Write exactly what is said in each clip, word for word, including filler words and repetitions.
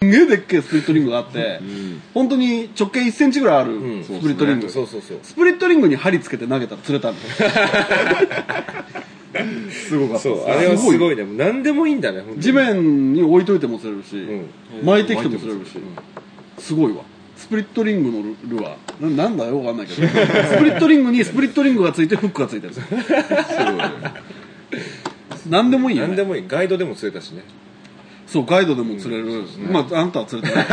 んげえでっけえスプリットリングがあって、うん、本当に直径いっセンチぐらいあるスプリットリング、うん、そうそうそう、スプリットリングに針つけて投げたら釣れたんだよすごかった。 そう、あれはすごいね。何でもいいんだね。 地面に置いといても釣れるし、うん、巻いてきても釣れるし、うん、すごいわ。スプリットリングのルアー な, なんだよわかんないけどスプリットリングにスプリットリングがついてフックがついてるんですよすごい何でもいいよね。 何でもいい。ガイドでも釣れたしね。 そう、ガイドでも釣れる、うん、まああんたは釣れてない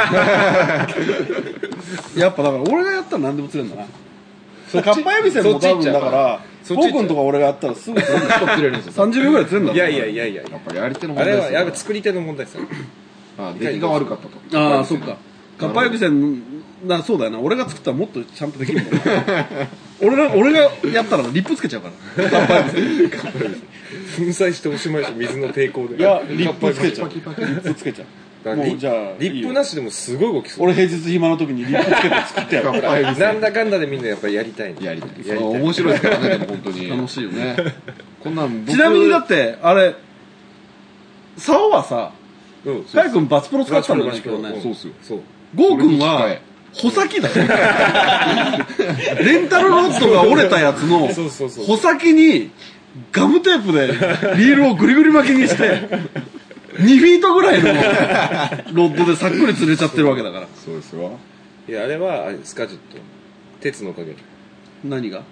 やっぱだから俺がやったら何でも釣れるんだな。カッパエビセンも多分だからゴーくんとか俺がやったらすぐ釣れるんですよさんじゅうびょうぐらい釣れるんだ。 いやいやいやいや、やっぱりやり手の問題ですよ。あれはやっぱ作り手の問題ですよああ、出来が悪かったと。 ああ、そっか。カッパエビセンな、そうだよな。俺が作ったらもっとちゃんとできるんだよ俺が俺がやったらリップつけちゃうからカッパエビセン粉砕しておしまいでしょ、水の抵抗で。 いや、リップつけちゃう。リップつけちゃう。 もうじゃあリップなしでもすごい動きそう。 俺平日暇の時にリップつけて作ってやるなんだかんだでみんなやっぱりやりたいやりたい。面白いですからね。でも本当に楽しいよねこんなんちなみにだってあれ竿はさ、カイ君バツプロ使ったんだね今日ね。 そうっすよ。そう。 ゴー君は穂先だよレンタルロッドが折れたやつの穂先にガムテープでリールをグリグリ巻きにしてにフィートぐらいのロッドでさっくり釣れちゃってるわけだから。 そうですよ。 いや、あれはあれスカジェット鉄のおかげ。 何が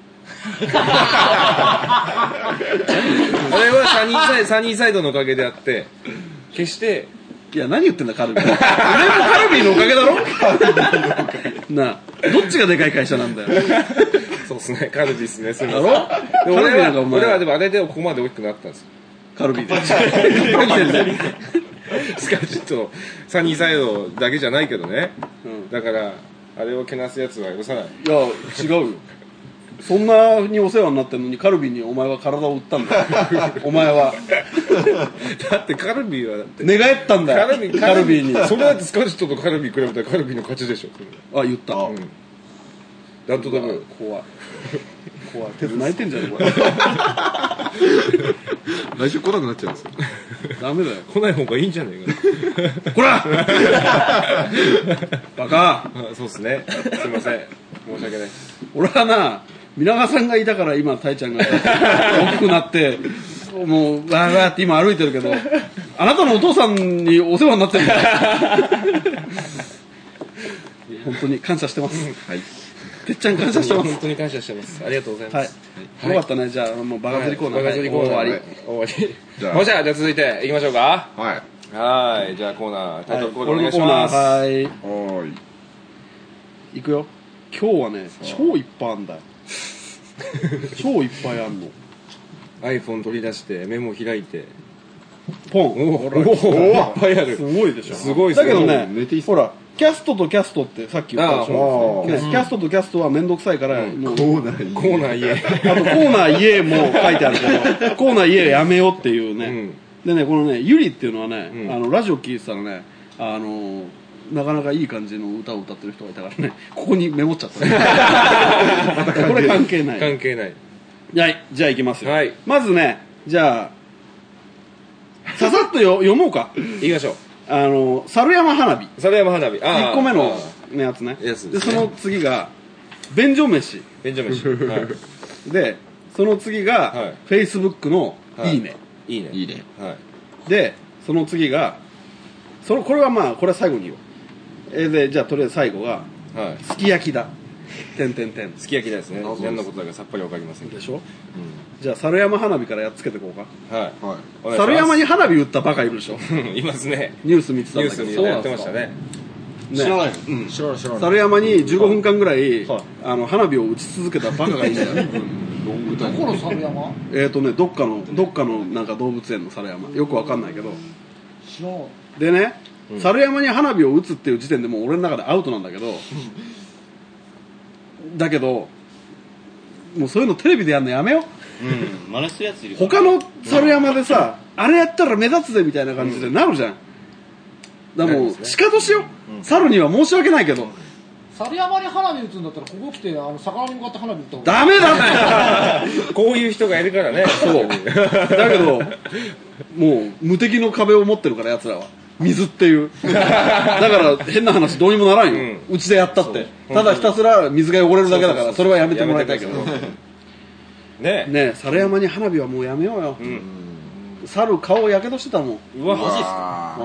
あれはサニーサイド、サニーサイドのおかげであって決していや何言ってんだカルビー俺もカルビーのおかげだろなあどっちがでかい会社なんだよそうっすね、カルビーっすね。それだろで俺は俺はでもあれでここまで大きくなったんですよ。 カルビーでスカジェットのサニーサイドだけじゃないけどね、うん、だからあれをけなすやつは許さない。いや違うよそんなにお世話になってるのにカルビーにお前は体を売ったんだよお前はだってカルビーはだって寝返ったんだよカルビー、カルビーに。 それだってスカジェットとカルビー比べたらカルビーの勝ちでしょ。 あ言った、うん、 なんとだめ怖い怖い。鉄泣いてんじゃんこれ来週来なくなっちゃうんですよダメだよ。 来ない方がいいんじゃないかこらバカそうっすね、すいません、申し訳ない。 俺はな皆川さんがいたから今タイちゃんが大きくなってもうわーわーって今歩いてるけどあなたのお父さんにお世話になってるんだ本当に感謝してます、はい、てっちゃん感謝してます。 本当に感謝してます。ありがとうございます、 はい、よかったね。じゃあもうバカ釣りコーナー、 バカ釣りコーナー終わり終わり。じゃあじゃあ続いていきましょうか。はいはい、じゃあコーナータイトルコールお願いします。はい、 いくよ。今日はね超いっぱいあんだよ超いっぱいあんの。 iPhone 取り出してメモ開いてポン。おおいっぱいある。すごいでしょ。 すごい。 だけどねほらキャストとキャストってさっき言ったでしょ。キャストとキャストはめんどくさいからコーナーコーナー家あとコーナー家も書いてあるけどコーナー家やめようっていうね。でねこのねゆりっていうのはねあのラジオ聞いてたらねあのなかなかいい感じの歌を歌ってる人がいたからねここにメモっちゃったねこれ関係ない関係ない。 はい、じゃあいきますよ。まずねじゃあささっとよ読もうか。 いきましょう。 あの猿山花火、 猿山花火、あいっこめのやつね。でその次が便所飯、 便所飯でその次がフェイスブックのいいね、 いいねいいね。 でその次がそれこれはまあこれは最後に言おう。えでじゃあとりあえず最後がすき焼きだてんてんてん。 すき焼きだですね。何のことだかさっぱりわかりませんでしょ。じゃあ猿山花火からやっつけていこうか。 はい。 猿山に花火撃ったバカいるでしょ。 いますね。 ニュース見てたんだけど。 ニュースにやってましたね。 知らない。 うん。知らない知らない。猿山にじゅうごふんかんぐらいあの花火を打ち続けたバカがいるんだよ。 ロングタイム。どこの猿山？ えっとねどっかのどっかのなんか動物園の猿山よくわかんないけど。 知らない。 でね猿山に花火を打つっていう時点でもう俺の中でアウトなんだけど。だけどもうそういうのテレビでやるのやめよう。 うん、真似するやついる。 他の猿山でさ、あれやったら目立つぜみたいな感じでなるじゃん。だからもう仕方しよう。猿には申し訳ないけど。 猿山に花火打つんだったらここ来てあの魚に向かって花火打った方がダメだって。 こういう人がいるからね。 そう。だけどもう無敵の壁を持ってるから奴らは。 水っていう。だから変な話どうにもならんよ。うちでやったって。ただひたすら水が汚れるだけだから、それはやめてもらいたいけど。ねえ、猿山に花火はもうやめようよ。猿顔やけどしてたもん。 うわ、マジっすか。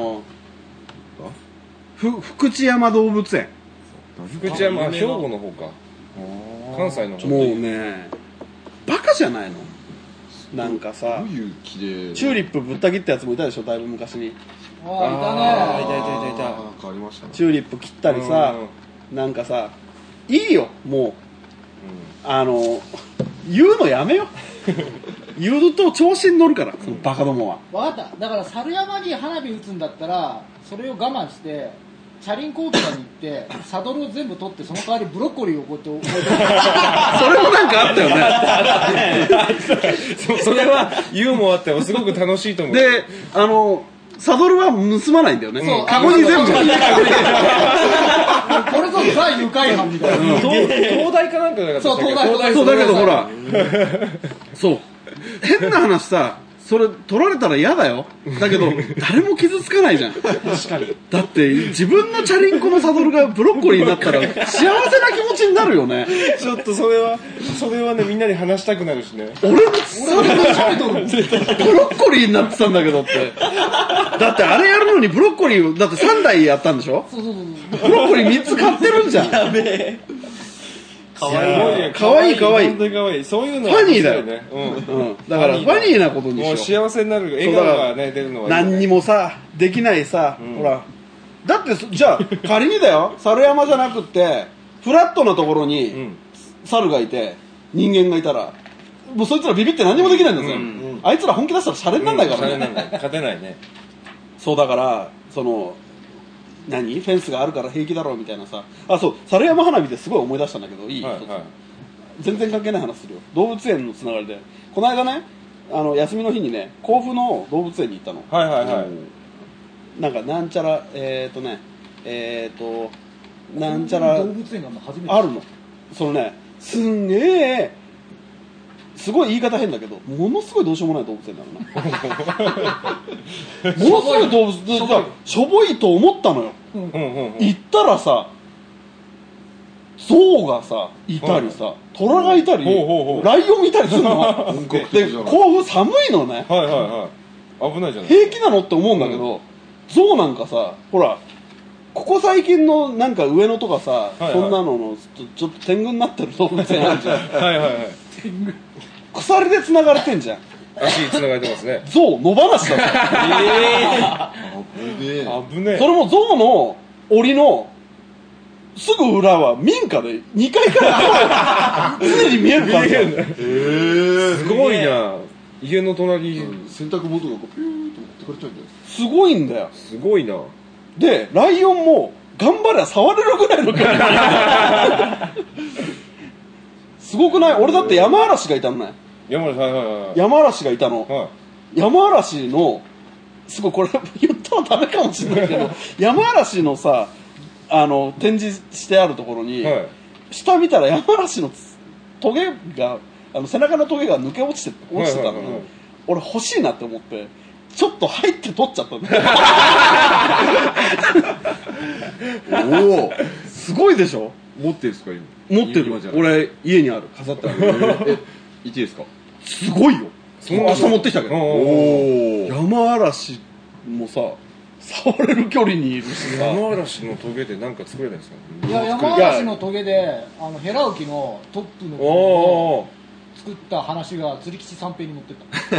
ふ、福知山動物園。 福知山、兵庫の方か。関西の方。 もうね、バカじゃないの。なんかさ、 どういう気でチューリップぶった切ったやつもいたでしょ、だいぶ昔に。 ああ、 いたね。いたいたいたいた。 変わりましたね。 チューリップ切ったりさ、なんかさ、いいよ、もう。あの、言うのやめよ。言うと調子に乗るから、そのバカどもは。 分かった。だから猿山に花火打つんだったら、それを我慢して、チャリンコ置き場に行ってサドルを全部取ってその代わりブロッコリーをこうやって置いてそれもなんかあったよねそ, それはユーモアあってすごく楽しいと思う。 で、あのサドルは盗まないんだよね。そう、カゴに全部これぞザ愉快犯みたいな、うん、 東大かなんかだからそう東大そうだけどほらそう変な話さ、それ取られたら嫌だよ。だけど誰も傷つかないじゃん。確かに。だって自分のチャリンコのサドルがブロッコリーになったら幸せな気持ちになるよね。 ちょっとそれはそれはねみんなに話したくなるしね。 俺もサドルブロッコリーになってたんだけどって。だってあれやるのにブロッコリーだってさんだいやったんでしょ。そうそうそう。ブロッコリーみっつ買ってるんじゃん。 やべえ。 かわいいかわいいかわいい。 本当にかわいい。そういうのファニーだよね。うん。だからファニーなことにしよう。 もう幸せになる笑顔がね出るのは。 何にもさできないさ、ほら。だってじゃあ仮にだよ、猿山じゃなくってフラットなところに猿がいて人間がいたら、もうそいつらビビって何もできないんですよ。あいつら本気出したらシャレにならないからね。 勝てないね。 そうだからその。何フェンスがあるから平気だろうみたいなさ。あ、そう、猿山花火ですごい思い出したんだけど、いい、はいはい、全然関係ない話するよ。動物園のつながりでこの間ね、あの休みの日にね甲府の動物園に行ったの。 はいはいはい。 なんかなんちゃらえっ、ー、とねえっ、ー、となんちゃら動物園が初めてあるの。そのねすんげえすごい言い方変だけど、ものすごいどうしようもない動物園なのな。ものすごい動物園、しょぼいと思ったのよ。うん、行ったらさ、象がさいたりさ、虎がいたり、ライオンいたりするの。で、甲府寒いのね。 はいはいはい。危ないじゃない。 平気なのって思うんだけど、うん、象なんかさ、ほら。ここ最近のなんか上野とかさ、はいはい、そんなののちょ、ちょっと天狗になってる動物園あるじゃん。はいはいはい。鎖で繋がれてんじゃん。 足繋がれてますね。 象野放しだぞ。 えー、危ねえ。 それも象の檻のすぐ裏は民家でにかいから常に見える感じ。えー、すごいな。家の隣に、 うん、洗濯物がこうピューッと持ってかれちゃうんだよ。 すごいんだよ。 すごいな。 でライオンも頑張れば触れるぐらいの距離。すごくない？俺だって山嵐がいたのね。 山嵐、はいはいはい。 山嵐がいたの。はい、山嵐のすごいこれ言ったらダメかもしれないけど、山嵐のさあの展示してあるところに、はい、下見たら山嵐のトゲがあの背中のトゲが抜け落ちて落ちてたの。俺欲しいなって思って。ちょっと入って取っちゃったんだよ。おお、すごいでしょ。 持ってるんですか今。持ってる。俺家にある、飾ってある。 え、いていいですか。 すごいよ。明日持ってきたけど。おお。山嵐もさ、触れる距離にいるしさ。 山嵐のトゲで何か作れないんですか。 いや、山嵐のトゲであのヘラウキのトップのを作った話が釣り吉三平に持ってった。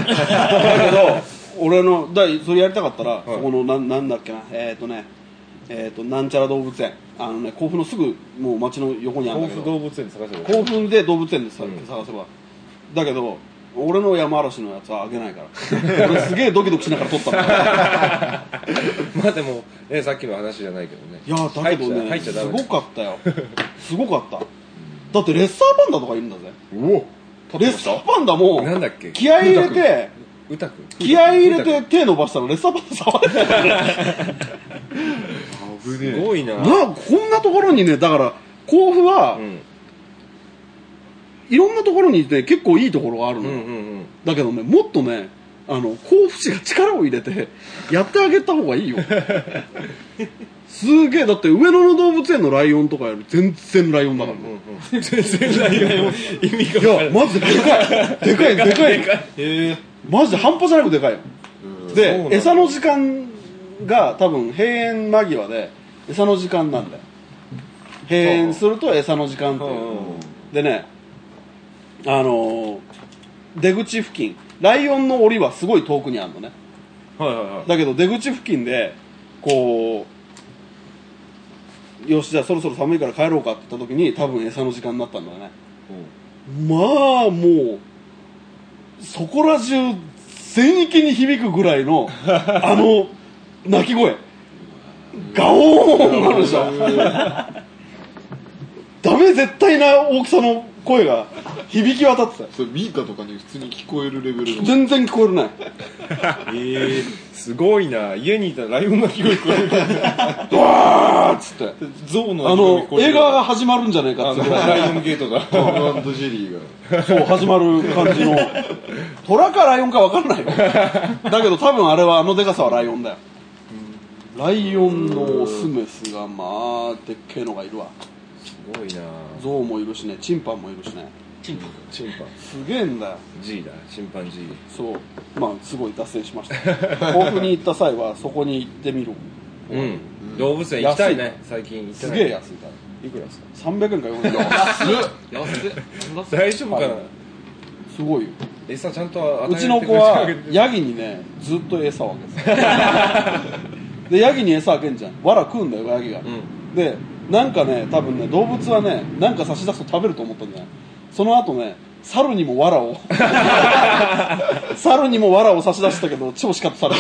だけど。俺のだそれやりたかったら、はい、そこのななんだっけなえっ、ー、とねえっ、ー、となんちゃら動物園あのね甲府のすぐもう町の横にあるんだけど甲府動物園で探せば甲府で動物園で探せば、うん、だけど俺の山嵐のやつはあげないから俺すげえドキドキしながら撮ったんだまあでも、ね、さっきの話じゃないけどね。 いやだけどねすごかったよ。すごかった。だってレッサーパンダとかいるんだぜ。おレッサーパンダもなんだっけ気合い入れて気合い入れて手伸ばしたらレッサーパンダ触れてた。すごいな。 なこんなところにねだから甲府は、うん、いろんなところにね結構いいところがあるのよ、うんうんうん、だけどねもっとねあの甲府市が力を入れてやってあげた方がいいよ。すげえ、だって上野の動物園のライオンとかより全然ライオンだからね、 うんうん、全然ライオン意味が分かる。 いやマジででかいでかいでかいでかい、えー、マジで半端じゃなくでかいよ。で餌の時間が多分閉園間際で餌の時間なんだよ。閉園すると餌の時間っていうでね、あのー、出口付近ライオンの檻はすごい遠くにあるのね、 はいはいはい、 だけど出口付近でこうよしじゃあそろそろ寒いから帰ろうかって言った時に多分餌の時間になったんだよね、うん、まあもうそこら中全域に響くぐらいのあの鳴き声ガオーンなるでしょダメ絶対な大きさの声が響き渡ってた。 それミーカとかに普通に聞こえるレベルの。 全然聞こえるね。 えー、すごいな。家にいたらライオンの鳴き声聞こえるわーっつってゾウのあの映画が始まるんじゃないかってライオンゲートがトム&ジェリーがそう始まる感じのトラかライオンか分かんないよ。だけど多分あれはあのでかさはライオンだよ、うん、ライオンのオスメスがまあでっけえのがいるわ。 すごいな。 ゾウもいるしね、チンパンもいるしね。 チンパンチンパンすげえんだよ。 G だ、チンパン G。 そうまあすごい脱線しました甲府に行った際はそこに行ってみる。 うん、うん、動物園行きたいね。最近行ってない。 すげえ安いから。 いくらですか？ さんびゃくえんかよんひゃくえん。 安っ安っ大丈夫かな、はい、 すごいよ。 餌ちゃんとうちの子はヤギにねずっと餌をあげてでヤギに餌あげんじゃん、わら食うんだよヤギが、うん、でなんかね多分ね動物はねなんか差し出すと食べると思ったんだよ。その後ね猿にもわらを猿にもわらを差し出したけど超シカトされ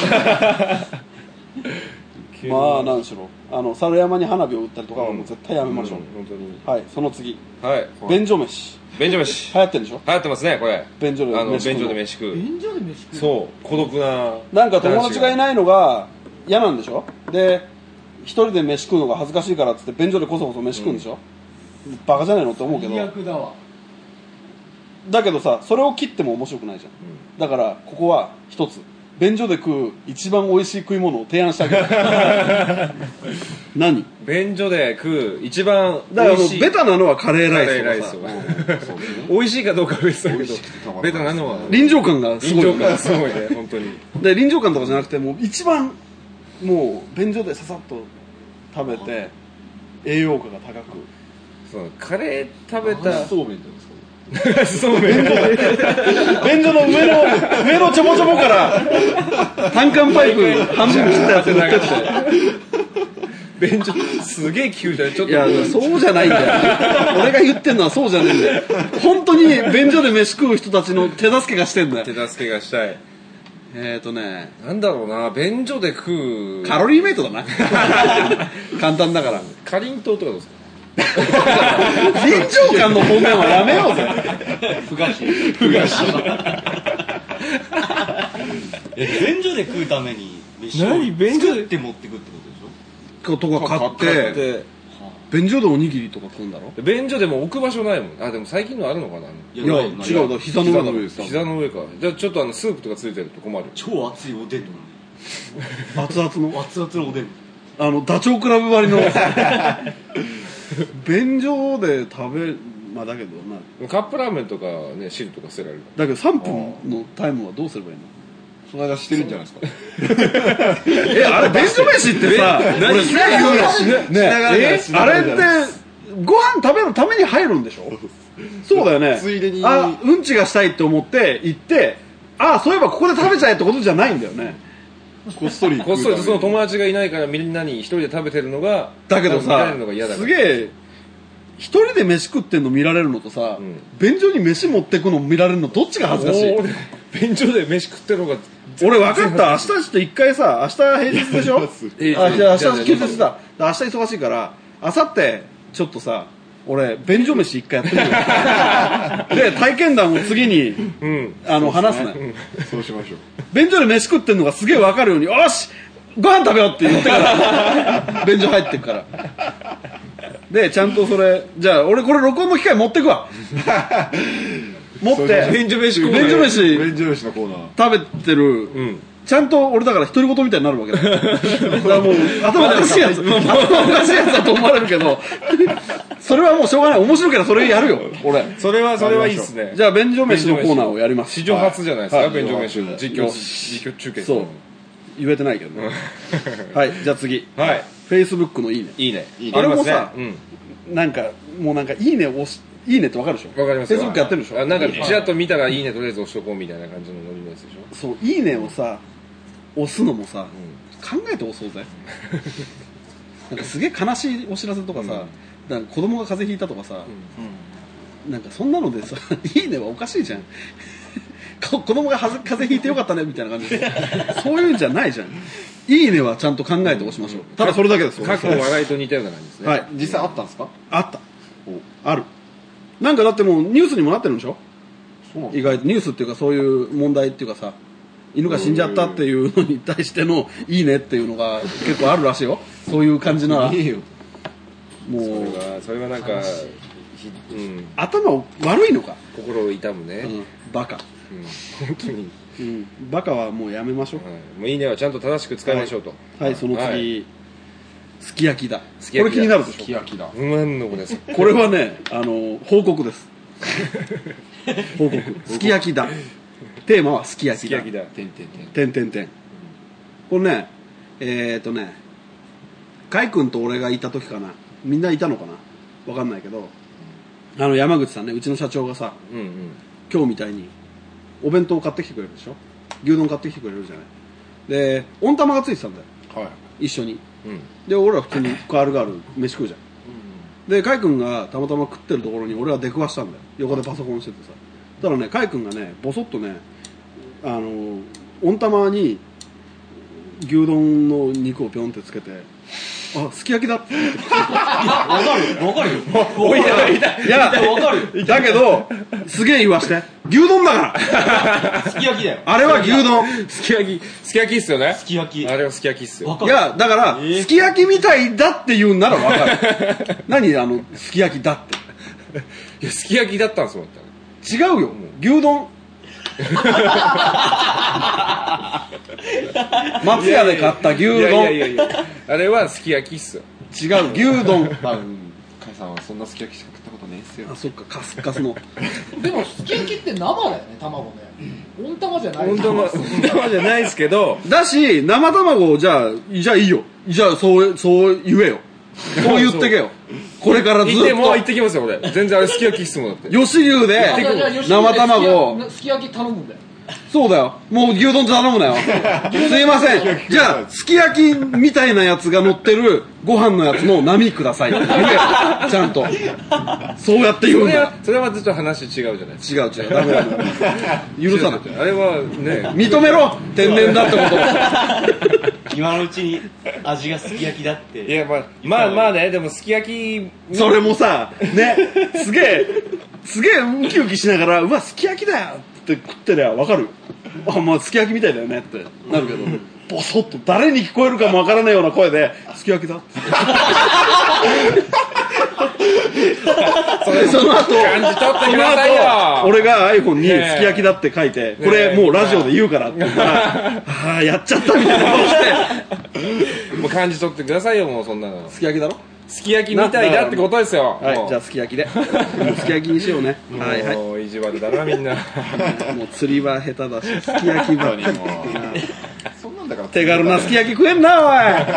たまあなんしろあの猿山に花火を打ったりとかはもう絶対やめましょう、うんうん、本当に。はい、その次はい便所飯。 便所飯流行ってるでしょ。 流行ってますねこれ。 便所で飯食う。 便所で飯食う。 便所で飯食う。 そう孤独ななんか友達がいないのが嫌なんでしょ。で一人で飯食うのが恥ずかしいからっつって便所でこそこそ飯食うんでしょ、うん、バカじゃないのって思うけど。 最悪だわ。 だけどさそれを切っても面白くないじゃん、うん、だからここは一つ便所で食う一番美味しい食い物を提案してあげる何便所で食う一番美味しい。 だからベタなのはカレーライスとかさ、 カレーライスを美味しいかどうかは別だけどベタなのは臨場感がすごい。 臨場感がすごいね本当に。 で臨場感とかじゃなくてもう一番もう便所でささっと食べて栄養価が高く。 そうカレー食べたそうめんじゃないですか。 そうめん便所の上の上のちょぼちょぼから単管パイプ半分切ったやつ持ってって便所すげえ聞くじゃんちょっと。 いやそうじゃないんだよ俺が言ってんのはそうじゃねえんだよ。本当に便所で飯食う人たちの手助けがしてんだよ。 手助けがしたい。 えーとねなんだろうな便所で食うカロリーメイトだな簡単だから。 かりんとうとかどうですか。 臨場感の方面はやめようぜ。 ふがしふがし便所で食うために飯を作って持ってくってことでしょ。 とか買って便所でおにぎりとか食うんだろ。 便所でも置く場所ないもん。あでも最近のあるのかな。いや違うだ膝の上です。 膝の上か。じゃあちょっとあのスープとかついてると困る。 超熱いおでんの熱々の熱々のおでんあのダチョウ倶楽部割りの便所で食べまあだけどなカップラーメンとかね汁とか捨てられる。 だけどさんぷんのタイムはどうすればいいの。 その間してるんじゃないですか。 えあれ便所飯ってさ俺すげえ言うのねえあれってご飯食べるために入るんでしょ。そうだよね。 ついでにあうんちがしたいって思って行ってあそういえばここで食べちゃえってことじゃないんだよね。 こっそりこっそりその友達がいないからみんなに一人で食べてるのがだけどさすげえ一人で飯食ってんの見られるのとさ、うん、便所に飯持ってくの見られるのどっちが恥ずかしい。 便所で飯食ってるのが俺分かった。明日ちょっと一回さ明日平日でしょあじゃあ明日休日だ明日忙しいから明後日ちょっとさ俺便所飯一回やってみるで体験談を次に、うん、あの話すね、 うん、そうしましょう。 便所で飯食ってんのがすげえ分かるようによしご飯食べようって言ってから便所入ってくからでちゃんとそれじゃあ俺これ録音の機械持ってくわ持って便所飯コーナー便所飯便所飯のコーナー食べてる、うん、ちゃんと俺だから独り言みたいになるわけだだからもう頭おかしいやつ頭おかしいやつだと思われるけどそれはもうしょうがない。面白いからそれやるよ俺。 それはそれはいいっすね。 じゃあ便所飯のコーナーをやります。 史上初じゃないですか、はい、便所飯の実況実況中継。 そう言えてないけどねはいじゃあ次、はい、Facebook のいいねいいねあれもさ、うん、なんかもうなんかいいね押しいいねってわかるでしょ。 わかります。 Facebook やってるでしょ。 なんかちらっと見たらいいねとりあえず押しとこうみたいな感じのノリのやつでしょ。 そういいねをさ押すのもさ、うん、考えて押そうぜなんかすげえ悲しいお知らせとかさ、うん、なんか子供が風邪ひいたとかさ、うん、なんかそんなのでさいいねはおかしいじゃん子供が風邪ひいてよかったねみたいな感じでそういうんじゃないじゃん。いいねはちゃんと考えて押しましょう、うん、ただそれだけです。 過去笑いと似たような感じですね。 はい。実際あったんですか。あった。ある。なんかだってもうニュースにもなってるんでしょ。そう意外とニュースっていうかそういう問題っていうかさ、犬が死んじゃったっていうのに対してのいいねっていうのが結構あるらしいよ。そういう感じならいいよ。もうそれはそれはなんか、 うん、頭悪いのか。 心を痛むね、 うん、バカ、 うん、本当に、 うん、バカはもうやめましょう、 はい、もういいねはちゃんと正しく使いましょうと。 はい、はい、その次、はい、すき焼きだ。これ気になるでしょ。 すき焼きだ。 うんのこです。 これはね、あの報告です報告。すき焼きだ。テーマはすき焼きだ。 すき焼きだ。てんてんてん。 てんてんてん。これね、えーっとね、カイ君と俺がいた時かな。みんないたのかな。わかんないけど、あの山口さんね、うちの社長がさ、うんうん、今日みたいにお弁当を買ってきてくれるでしょ。牛丼買ってきてくれるじゃない。で、温玉がついてたんだよ。はい。一緒に。うん、で、俺ら普通にガールガール飯食うじゃん。うん、で、カイ君がたまたま食ってるところに俺は出くわしたんだよ。横でパソコンしててさ。ただね、カイ君がね、ボソッとね、あの温玉に牛丼の肉をピョンってつけて、あ、すき焼きだって言って。わかるわかるよ。 おいやいやいやわかるよ。だけどすげえ言わして。牛丼だから。 すき焼きだよ。 あれは牛丼。 すき焼きすき焼きっすよね。 すき焼き。 あれはすき焼きっすよ。 いやだから、えー、すき焼きみたいだって言うんならわかる。何あのすき焼きだって。 いやすき焼きだったんですもん。 違うよ。牛丼。松屋で買った牛丼。いやいやいやあれはすき焼きっすよ。 違う牛丼。 多分カイさんはそんなすき焼きしか食ったことないっすよ。 あ、そっか、カスカスの。 でもすき焼きって生だよね、卵ね。温玉じゃない。 温玉温玉じゃないですけど。 だし生卵をじゃあじゃあいいよ。じゃあそうそう言えよ。そう言ってけよ。これからずっと。 言っても言ってきますよ俺。全然あれすき焼きっすもんだって。 吉牛で生卵。 すき焼き頼むんだよ。 そうだよ。もう牛丼頼むなよ。すいません。じゃあすき焼きみたいなやつが乗ってるご飯のやつの波ください。言えよ。ちゃんと。そうやって言うんだよ。 それはずっと話違うじゃないですか。違う違う。ダメだ。許さない。 あれはね。 認めろ。天然だってこと。 今のうちに味がすき焼きだって。 いやまあまあまあね、でもすき焼きそれもさね、すげえすげえウキウキしながら、うわすき焼きだよって食ってりゃ分かる。あ、まあすき焼きみたいだよねってなるけど、ボソッと誰に聞こえるかも分からないような声ですき焼きだってそれその後感じ取ってくださいよ。 俺が iPhone にすき焼きだって書いて、これもうラジオで言うからって言ったら、ああやっちゃったみたいな顔してもう感じ取ってくださいよ。もうそんなのすき焼きだろ。 すき焼きみたいだってことですよ。 はい、じゃあすき焼きで。すき焼きにしようね。はいはい。 もう意地悪だなみんな。 もう釣りは下手だし、すき焼きばっかり。 そんなんだから手軽なすき焼き食えんなおい。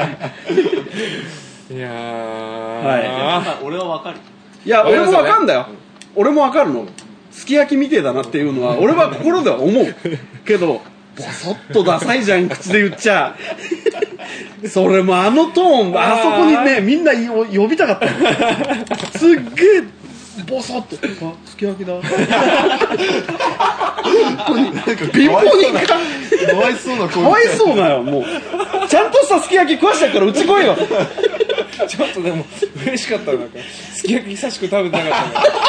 いやー。 はい。 俺はわかる。 いや俺もわかんだよ。俺もわかるの。すき焼きみてえだなっていうのは俺は心では思うけど、ボソッとダサいじゃん口で言っちゃ。それもあのトーン、あそこにねみんな呼びたかったの。すっげえボソッと、あ、すき焼きだ。貧乏人か。 かわいそうな声。 かわいそうだよ。もうちゃんとしたすき焼き食わしてるからうち来いよ。 ちょっとでも嬉しかったなんかすき焼き久しく食べてなか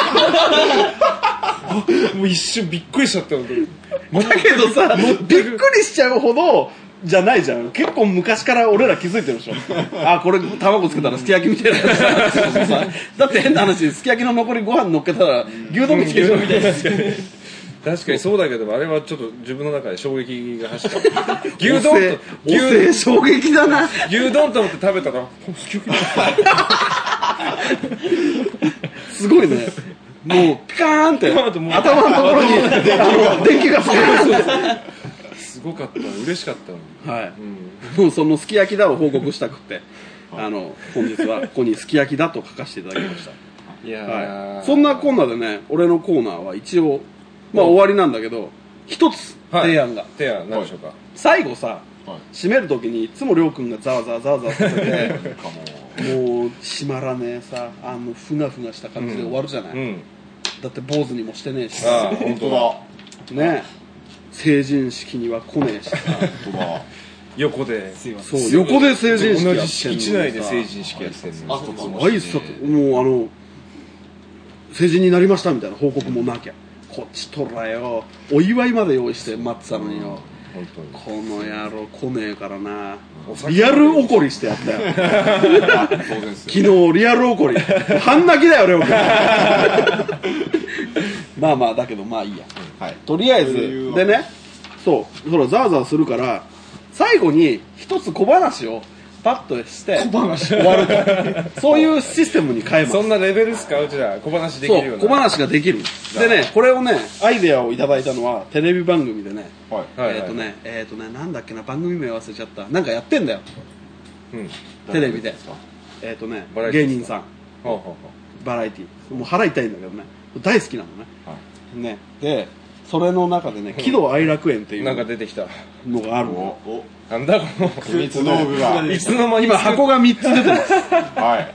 ったもう一瞬びっくりしちゃったの。 だけどさ、びっくりしちゃうほどじゃないじゃん。結構昔から俺ら気づいてるでしょ。あ、これ卵つけたらすき焼きみたいなやつだって変な話、すき焼きの残りご飯乗っけたら牛丼みたいな。 確かにそうだけど、あれはちょっと自分の中で衝撃が走った。牛丼と、 牛衝撃だな。 牛丼と思って食べたら、 すごいね。もう、ピカーンって、頭のところに電気がすごい。 すごかった。嬉しかったの。 はい。もうそのすき焼きだを報告したくて、あの、本日はここにすき焼きだと書かせていただきました。 いやー、はい、そんなこんなでね、俺のコーナーは一応、まあ終わりなんだけど、一つ提案が。はい、 提案、何でしょうか。 最後さ、はい、締めるときにいつもりょうくんがザワザワザワザワさせて、もう締まらねえさ、あのふがふがした感じで終わるじゃない。うんうん、だって坊主にもしてねえしさ。あ、本当だ。 ね、成人式には来ねえしさ。 本当だ。 横で、 そう、横で成人式やってんの。 同じ敷地内で成人式やってんの。 あ、挨拶、もうあの、成人になりましたみたいな報告もなきゃ。こっちとらよ、お祝いまで用意して待ってたのによ。この野郎来ねえからな。リアル怒りしてやったよ。昨日リアル怒り。半泣きだよ、レオ君。まあまあ、だけどまあいいや。はい、とりあえず、でね、そう、ほら、ザーザーするから、最後に一つ小話をパッとして小話終わると。そういうシステムに変えます。 そんなレベルですか、うちら。小話できるような。 そう、小話ができる。でね、これをね、アイデアをいただいたのはテレビ番組でね、はい、えっとね、えっとね、なんだっけな、番組名忘れちゃった。なんかやってんだよ。うん。テレビで。えっとね、芸人さん。ほうほうほう。バラエティー。もう腹痛いんだけどね。大好きなのね。はい、ね。で、それの中でね、喜怒哀楽園っていうなんか出てきたのがあるの。 なんだこの秘密道具がいつの間に今箱がみっつ出てます。 はい。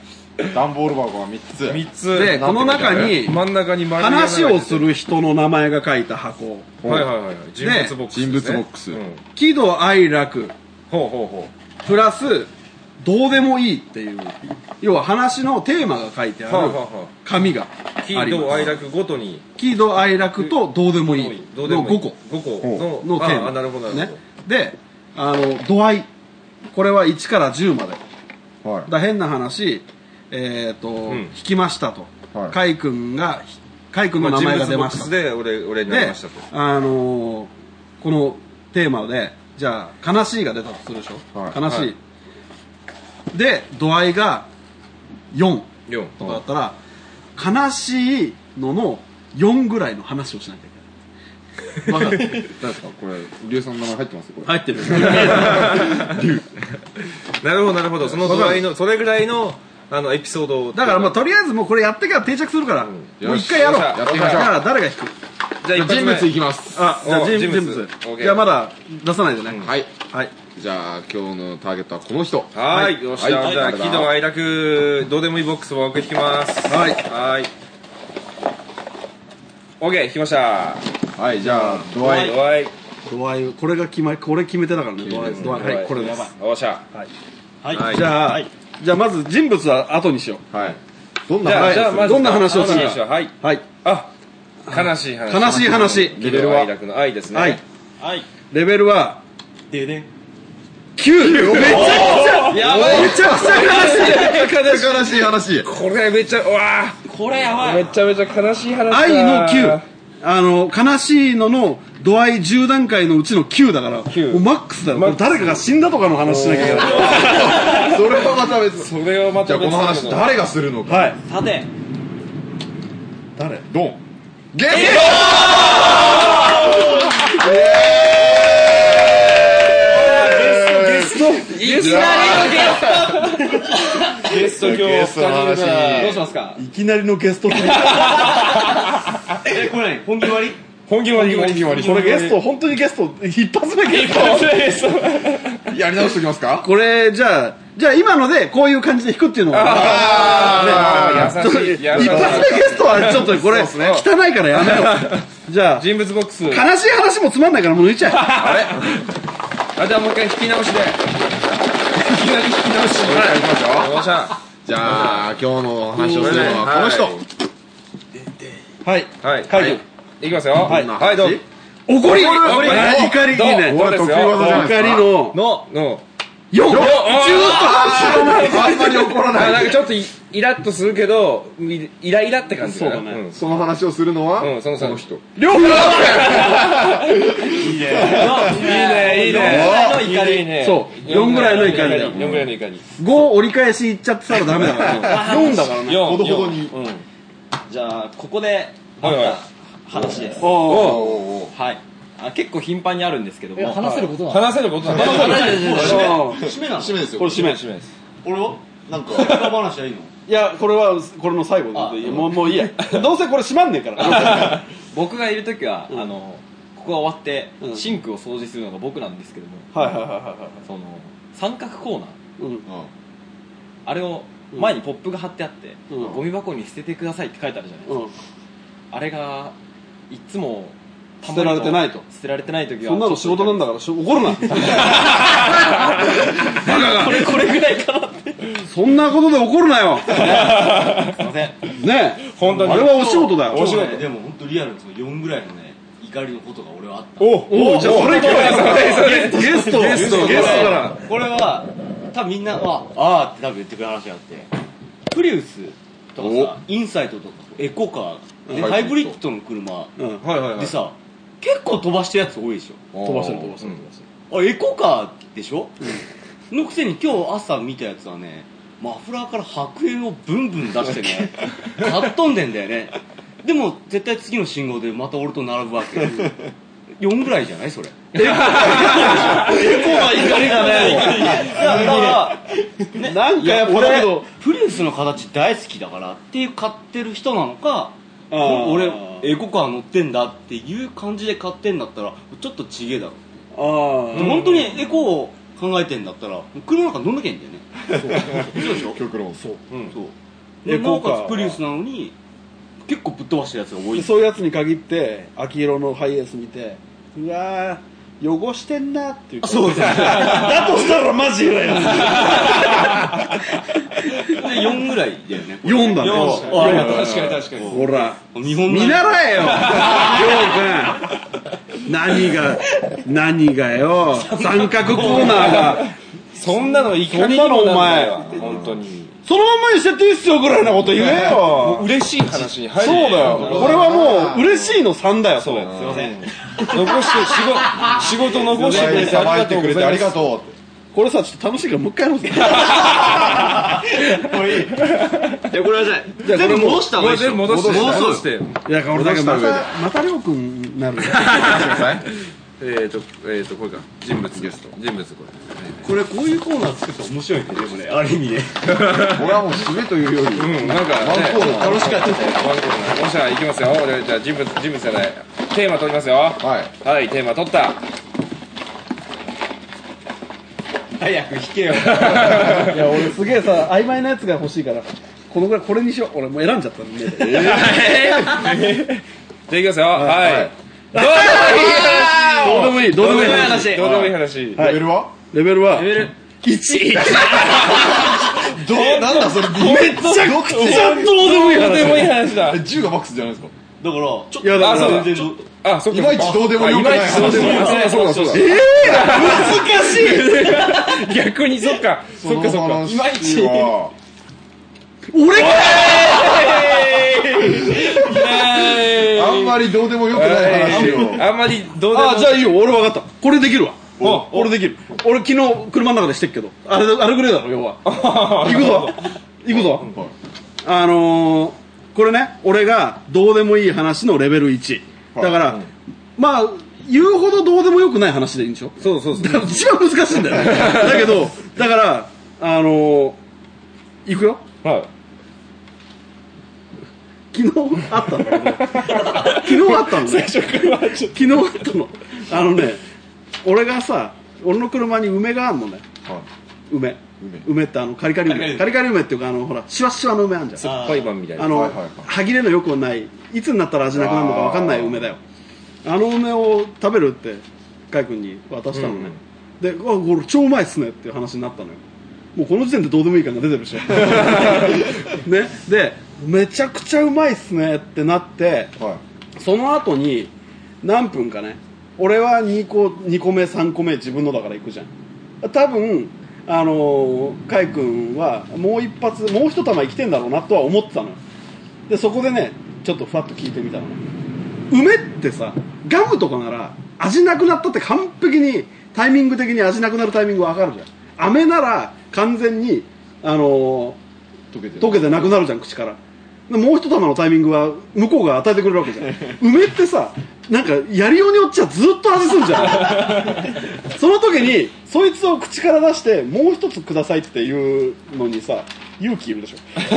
段ボール箱がみっつ。 みっつで、この中に真ん中に話をする人の名前が書いた箱。 はいはいはい。人物ボックス。 人物ボックス。 喜怒哀楽。 ほうほうほう。 プラスどうでもいいっていう、要は話のテーマが書いてある紙があります。 喜怒哀楽ごとに。 喜怒哀楽とどうでもいいのごこ。 ごこのテーマ。 あ、なるほどなるほど。 で、あの、度合い。これはいちからじゅうまで。はい。だ変な話、えっと、引きましたと。はい。カイ君が、カイ君の名前が出ました。 人物ボックスで俺、俺になりましたと。 あの、このテーマで、じゃあ、悲しいが出たとするでしょ。はい。悲しい。で、度合いがよんとかだったら、悲しいののよんぐらいの話をしなきゃいけない。 分かった。何ですかこれ、リュウさんの名前入ってますこれ。 入ってる。 なるほど、なるほど。その度合いの、それぐらいの、あの、エピソードを。 だからまあ、とりあえずもうこれやってから定着するから、もう一回やろう。 やってみましょう。 じゃあ、誰が引く？ じゃあ、人物いきます。 あ、じゃあ人物。じゃあまだ出さないでね。 はい。 はい。 じゃあ今日のターゲットはこの人。 はい、よっしゃ、じゃあ喜怒哀楽どうでもいいボックスを送ってきます。はいはい。オッケー、引きました。 はい、じゃあ度合い度合い度合いこれが決まり、これ決めてたからね。度合い度合いはい、これです。 よっしゃ。 はいはい。じゃあじゃあまず人物は後にしよう。はい。 どんな話じゃあまずどんな話をするか。 はいはい。あ、悲しい話。 悲しい話。 レベルは哀楽の愛ですね。 はいはい。レベルはででんきゅう。めちゃくちゃやばい。めちゃくちゃ悲しい。 悲しい話。 これめちゃ、うわこれやばい。 めちゃめちゃ悲しい話だ。 愛のきゅう。あの、悲しいのの度合いじゅう段階のうちのきゅうだから、もうマックスだよ。誰かが死んだとかの話しなきゃいけない。 それはまた別。 それはまた別。 じゃあこの話誰がするのか。 はい。 さて。 誰？ ドン。ゲストいきなりのゲストゲスト今日ゲストの話どうしますか？ いきなりのゲストえ、これ何？本気割り？ 本気割り。 本気割り。 これゲスト、本当にゲスト、一発目ゲスト。 やり直しておきますか？ これ、じゃあ、じゃあ今のでこういう感じで弾くっていうのは。 ああ、優しい。 一発目ゲストはちょっとこれ、汚いからやめよう。じゃあ、 人物ボックス。 悲しい話もつまんないからもう抜いちゃえ。 あれあ、じゃあもう一回引き直しで。いきなり引き直し。 はい、いきますよ。 よっしゃ。 じゃあ、今日の話をするのはこの人。 はい。 はい。はい。いきますよ。はい。はい、どうぞ。 怒り怒りいいね。 これ得意技じゃないですか。 怒りの、 の、の、 よん中途半端あんまり怒らない。 なんかちょっとイラッとするけど、イライラって感じかな。そうだね。 その話をするのは、 うん、そのこの人。 両方いいね。 いいね、いいね。 いいね。 そう、よんぐらいの怒りだよ。 よんぐらいの怒り。 ご折り返しいっちゃってたらダメだから。よんだからね。 ほどほどに。 じゃあ、ここで、あった話です。 おー。はい。あ、結構頻繁にあるんですけども。 話せることなの？ 話せることなの？ 締めなの？ 締めですよ。 これ締め。 締めです。 俺はなんか、話はいいの？ いや、これは、これの最後で、もう、もういいや。どうせこれ閉まんねえから。 僕がいるときは、あの、ここが終わって、シンクを掃除するのが僕なんですけども。 はいはいはいはい。 その、三角コーナー。 うん。 あれを、前にポップが貼ってあって、ゴミ箱に捨ててくださいって書いてあるじゃないですか。あれが、いつも、 捨てられてないと。 捨てられてないときは。 そんなの仕事なんだから、怒るな。バカが。 これ、これぐらいかなって。 そんなことで怒るなよ。 すいません。 ねえ。 本当に。 あれはお仕事だよ。 お仕事。でも本当リアルによんぐらいのね、怒りのことが俺はあった。 おおじゃあそれ今日ゲスト、ゲスト、ゲストから。 これは、多分みんな、ああーって多分言ってくれる話があって、プリウスとかさ、インサイトとか、エコカー、ハイブリッドの車でさ、結構飛ばしてるやつ多いでしょ。 飛ばしてる飛ばしてる飛ばしてる。あ、エコカーでしょのくせに今日朝見たやつはね、マフラーから白煙をブンブン出してね、かっ飛んでんだよね。でも絶対次の信号でまた俺と並ぶわけ。よんぐらいじゃないそれ。エコーは怒りだね。だから、なんかやっぱだけど、プリウスの形大好きだからっていう買ってる人なのか、俺エコカー乗ってんだっていう感じで買ってんだったらちょっとちげえだろ。ああ。本当にエコを考えてんだったら車なんか乗んなきゃいいんだよね。そうでしょ。極論そう。そう。なおかつプリウスなのに結構ぶっ飛ばしてるやつが多い。 そういうやつに限って秋色のハイエース見て、うわー汚してんなっていう。 そうですね。 だとしたらマジイライラする。よんぐらいだよね。 よんだね。 確かに確かに。 ほら見習えよ。りょうくん。何が何がよ。三角コーナーが。 そんなの怒りにもなんないわ。本当に。 そのまんまにしてっていいっすよぐらいなこと言えよ。 嬉しい話に入る。 そうだよ。これはもう嬉しいのさんだよ。 そう。すいません。残して仕事仕事残してくれてありがとうございます。 ありがとう。 これさちょっと楽しいからもう一回やろうぜ。 もういい。じゃあこれはじゃあ全部戻した方がいい。全部戻して戻してよ。 いや俺だけまたまたりょうくんになる。 えっとえっとこれか人物ゲスト人物これ。 これこういうコーナー作ったら面白いね。でもねある意味ね。 俺はもう締めというより、 うんなんかワンコーナー楽しかったね。 ワンコーナー。もしあいきますよ。じゃあ人物人物じゃないテーマ取りますよ。 はいはいテーマ取った。 早く弾けよ。 いや俺すげえさ曖昧なやつが欲しいからこのぐらいこれにしよう。俺もう選んじゃったんで。 じゃあいきますよ。はい。 どうでもいいどうでもいい話。どうでもいい話。 レベルはレベルはレベルいち。 どうなんだそれめっちゃくちゃどうでもいい話。 どうでもいい話だ。 じゅうがマックスじゃないですか。 だからちょっいやだから全然あそっか。 いまいちどうでもよくない話。 そうだそうだ。 ええ難しい。 逆にそっかそっかそっか。 いまいちは俺かあんまりどうでもよくない話を。 あんまりどうでも。 あじゃあいいよ俺分かった。これできるわ。俺できる。俺昨日車の中でしてっけどあれあれぐらいだろ要は。行くぞ行くぞ。あのこれね俺がどうでもいい話のレベルいちだからまあ言うほどどうでもよくない話でいいんでしょ。 そうそうそう。 だから一番難しいんだよ。だけどだからあの行くよ。 はい。 昨日あったんだけど昨日あったのね。最初から昨日あったの。あのね俺がさ俺の車に梅があんのね。梅梅ってあのカリカリ梅カリカリ梅っていうかあのほらシワシワの梅あんじゃん。 酸っぱい版みたいな。 あの歯切れのよくないいつになったら味なくなるのか分かんない梅だよ。あの梅を食べるってカイ君に渡したのね。であこれ超うまいっすねっていう話になったのよ。もうこの時点でどうでもいい感が出てるでしょ。ねでめちゃくちゃうまいっすねってなって、はい、その後に何分かね俺はにこにこめさんこめ自分のだから行くじゃん。多分あのー、カイ君はもう一発もう一玉生きてんだろうなとは思ってたのよ。でそこでねちょっとふわっと聞いてみたのね。梅ってさガムとかなら味なくなったって完璧にタイミング的に味なくなるタイミング分かるじゃん。飴なら完全に、あのー、溶けて溶けてなくなるじゃん口から。でもう一玉のタイミングは向こうが与えてくれるわけじゃん。梅ってさなんかやりようによっちゃずっと味すんじゃん。その時にそいつを口から出してもう一つくださいっていうのにさ勇気いるでしょ。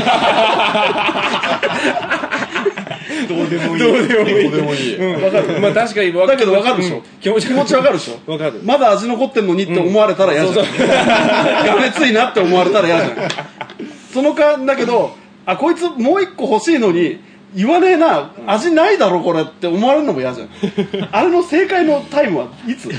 どうでもいい。 どうでもいい。 どうでもいい。 うん、わかる。まあ確かにだけどわかるでしょ、うん、気持ち気持ちわかるでしょ。 わかる。 まだ味残ってんのにって思われたら嫌じゃん。がめついなって思われたら嫌じゃん。その間だけどあこいつもう一個欲しいのに言わねえな味ないだろこれって思われるのも嫌じゃん。あれの正解のタイムはいつ？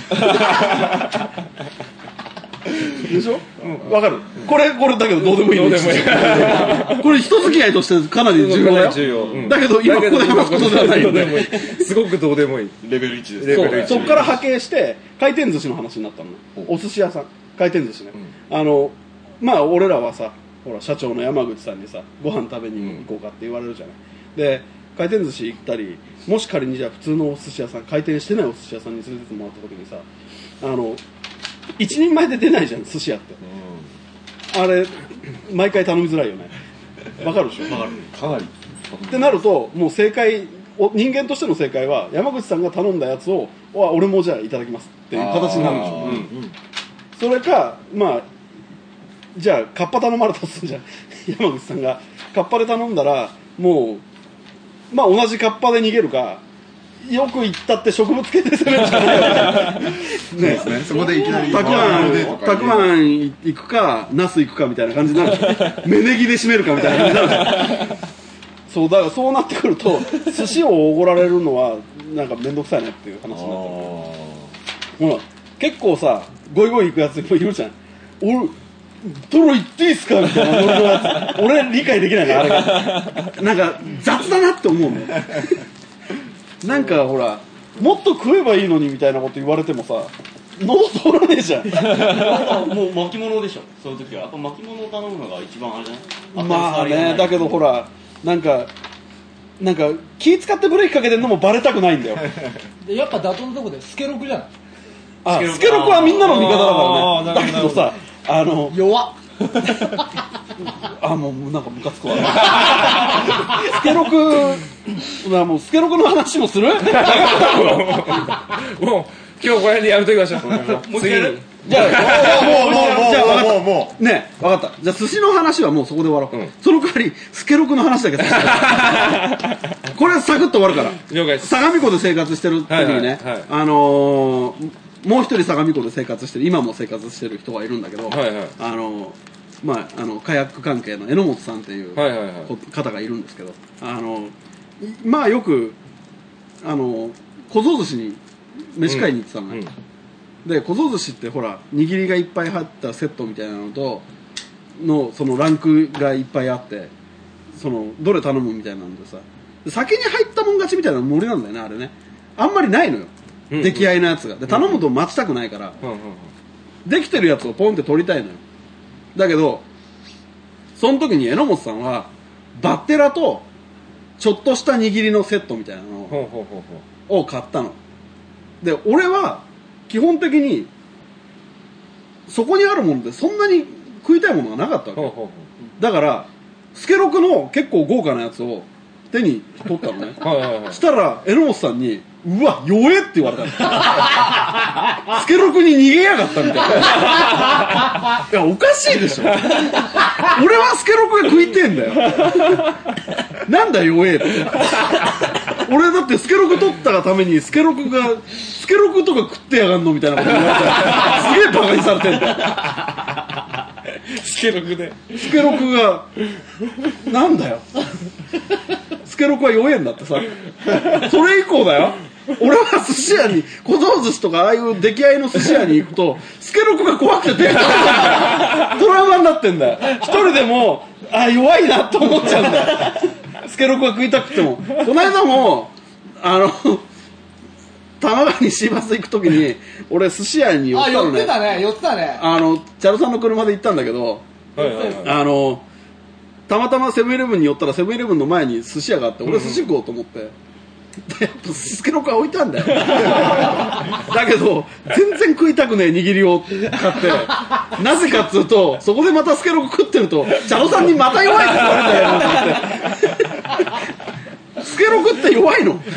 でしょ？わ、うん、かる。これこれだけどどうでもいいの。どうでもいい。これ人付き合いとしてかなり重要だよ。重要。うん、だけど今ここで話すことではないんで。 すごくどうでもいい。 レベルいちです。 そうそこから派遣して回転寿司の話になったの。お寿司屋さん回転寿司ね。うん、あのまあ俺らはさほら社長の山口さんにさご飯食べに行こうかって言われるじゃない。で回転寿司行ったりもし仮にじゃあ普通のお寿司屋さん回転してないお寿司屋さんに連れてってもらった時にさあの一人前で出ないじゃん寿司屋って、うん、あれ毎回頼みづらいよね。わかるでしょ。わかる。 かなりってなるともう正解人間としての正解は山口さんが頼んだやつを俺もじゃあいただきますっていう形になるでしょ、うんうん、それかまあじゃあカッパ頼まれたとするじゃん。山口さんがカッパで頼んだらもうまあ同じカッパで逃げるかよく言ったって植物系で攻めるしかないよね。 ねねそこでいきなりたくあんたくあん行くかナス行くかみたいな感じになる。芽ネギで締めるかみたいな感じになる。そうだからそうなってくると寿司をおごられるのはなんか面倒くさいねっていう話になってる。ほら結構さゴイゴイ行くやつもいるじゃん。俺トロ行っていいっすかみたいなノリのやつ俺理解できないなあれが。なんか雑だなって思うの。なんかほらもっと食えばいいのにみたいなこと言われてもさ喉通らねえじゃん。 もう巻物でしょ。そういう時はやっぱ巻物を頼むのが一番あれじゃない。 まあねだけどほらなんかなんか気使ってブレーキかけてるのもバレたくないんだよ。 でやっぱ打倒のとこでスケロクじゃない。 あスケロクはみんなの味方だからね。だけどさあの弱っ。 あもうなんかムカつくわ。スケロクもうスケロクの話もする。もう今日これでやめときましょう。もう次にじゃあもうもうもうじゃあもうもうね分かった。じゃあ寿司の話はもうそこで終わろう、うん、その代わりスケロクの話だけさせて。これはサクッと終わるから。 了解です。 相模湖で生活してる時にね、はいはいはい、あのーもう一人相模湖で生活してる今も生活してる人がいるんだけど、はいはい、あのまああのカヤック関係の榎本さんっていう方がいるんですけど、あのまあよくあの小僧寿司に飯買いに行ってたのね、うんうん、で小僧寿司ってほら握りがいっぱい入ったセットみたいなのとのそのランクがいっぱいあってそのどれ頼むみたいなんでさ先に入ったもん勝ちみたいなノリなんだよねあれね。あんまりないのよ出来合いのやつが。で頼むと待ちたくないから、うんうんうん、できてるやつをポンって取りたいのよ。だけどその時に榎本さんはバッテラとちょっとした握りのセットみたいなのを買ったので俺は基本的にそこにあるものでそんなに食いたいものがなかったわけ。ほうほうほう。だからスケロクの結構豪華なやつを手に取ったのね。はいはいはい。したら榎本さんにうわ弱えって言われたの。スケロクに逃げやがったみたいな。いやおかしいでしょ。俺はスケロクが食いてえんだよ。なんだ弱えって。俺だってスケロク取ったがためにスケロクがスケロクとか食ってやがんのみたいなこと言われたらすげえバカにされてんだよ。 スケロクでスケロクがなんだよ。スケロクは弱えんだってさ。それ以降だよ。俺は寿司屋に小僧寿司とかああいう出来合いの寿司屋に行くとスケロクが怖くて出てこない。トラウマになってんだよ。一人でもあ弱いなと思っちゃうんだよ。スケロクが食いたくても。この間もあの多摩川にシーバス行くときに俺寿司屋に寄ったのね。 あ、寄ってたね、寄ってたね。 あのチャルさんの車で行ったんだけど、 はいはいはい、 あのたまたまセブンイレブンに寄ったらセブンイレブンの前に寿司屋があって、俺寿司食おうと思って、うんうん、やっぱスケロクは置いたんだよだけど全然食いたくねえ握りを買ってなぜかっつうとそこでまたスケロク食ってるとチャロさんにまた弱いって言われるんだよと思ってスケロクって弱いの教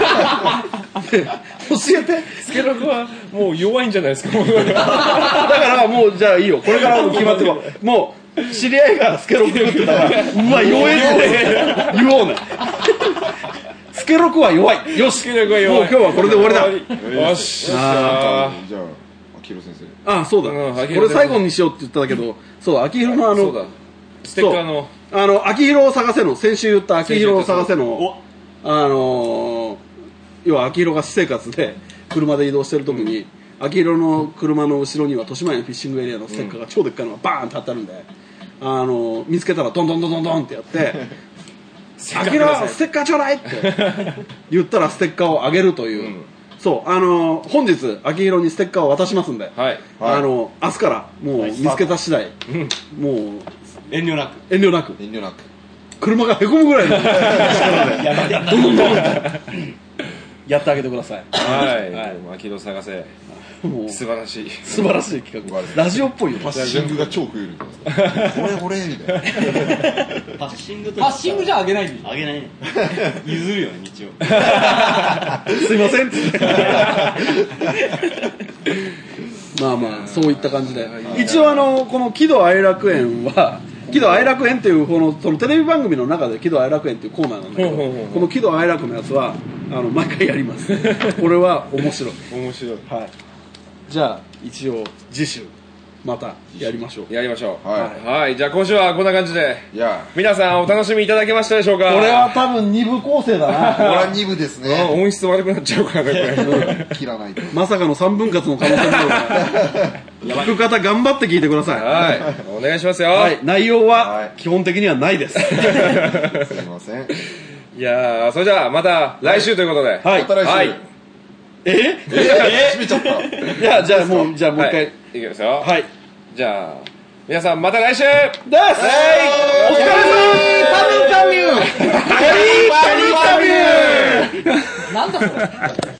えて。 スケロクはもう弱いんじゃないですかだからもうじゃあいいよ、これからも決まってももう知り合いがスケロク食ってたらうわ弱えって言おうねスケロクは弱い。よし、 スケロクは弱い。 もう今日はこれで終わりだ。 よし。 あーじゃあ秋広先生。 あ、そうだ、うん、これ最後にしようって言ったけど、そう秋広のあのそうだステッカーのあの秋広を探せの先週言った秋広を探せのあのー、要は秋広が私生活で車で移動してる時に、うん、秋広の車の後ろには豊島園フィッシングエリアのステッカーが超でっかいのがバーンって貼ってあるんで、あのー、見つけたらドンドンドンドンドンってやってあきらステッカーちょうだいって言ったらステッカーをあげるという、うん、そうあのー、本日秋広にステッカーを渡しますんで、 はい、 あのー、明日からもう見つけた次第、はい、もう遠慮なく遠慮なく遠慮なく車がへこむぐらいの力でどんどんどんどんやってあげてください。 はい、はい、秋広探せもう素晴らしい素晴らしい企画ラジオっぽいよ。 パッシングが超増えるこれこれみたいなパッシングとパッシングじゃあげないんであげないね譲るよね道をすいませんまあまあそういった感じで一応あのこの喜怒哀楽園は喜怒哀楽園っていうこのそのテレビ番組の中で喜怒哀楽園っていうコーナーなんだけどこの喜怒哀楽のやつはあの毎回やりますこれは面白い面白い、 はい、じゃあ一応次週またやりましょうやりましょうはい、 はい、じゃあ今週はこんな感じでいや皆さんお楽しみいただけましたでしょうか。 これは多分に部構成だなこれはに部ですね音質悪くなっちゃうからねこれ切らないとまさかのさんぶん割の可能性もあるから聞く方頑張って聞いてください。 はいお願いしますよ。 はい内容は基本的にはないです、はい、 すいません。 いやーそれじゃあまた来週ということで、 はい、 また来週、はい、 ええ閉めちゃったいやじゃあもうじゃあもう一回、はい、 いきますよ。 はいじゃあ皆さんまた来週です。 はいお疲れ様。 パミュパミュパミュパミュパミュなんだそれ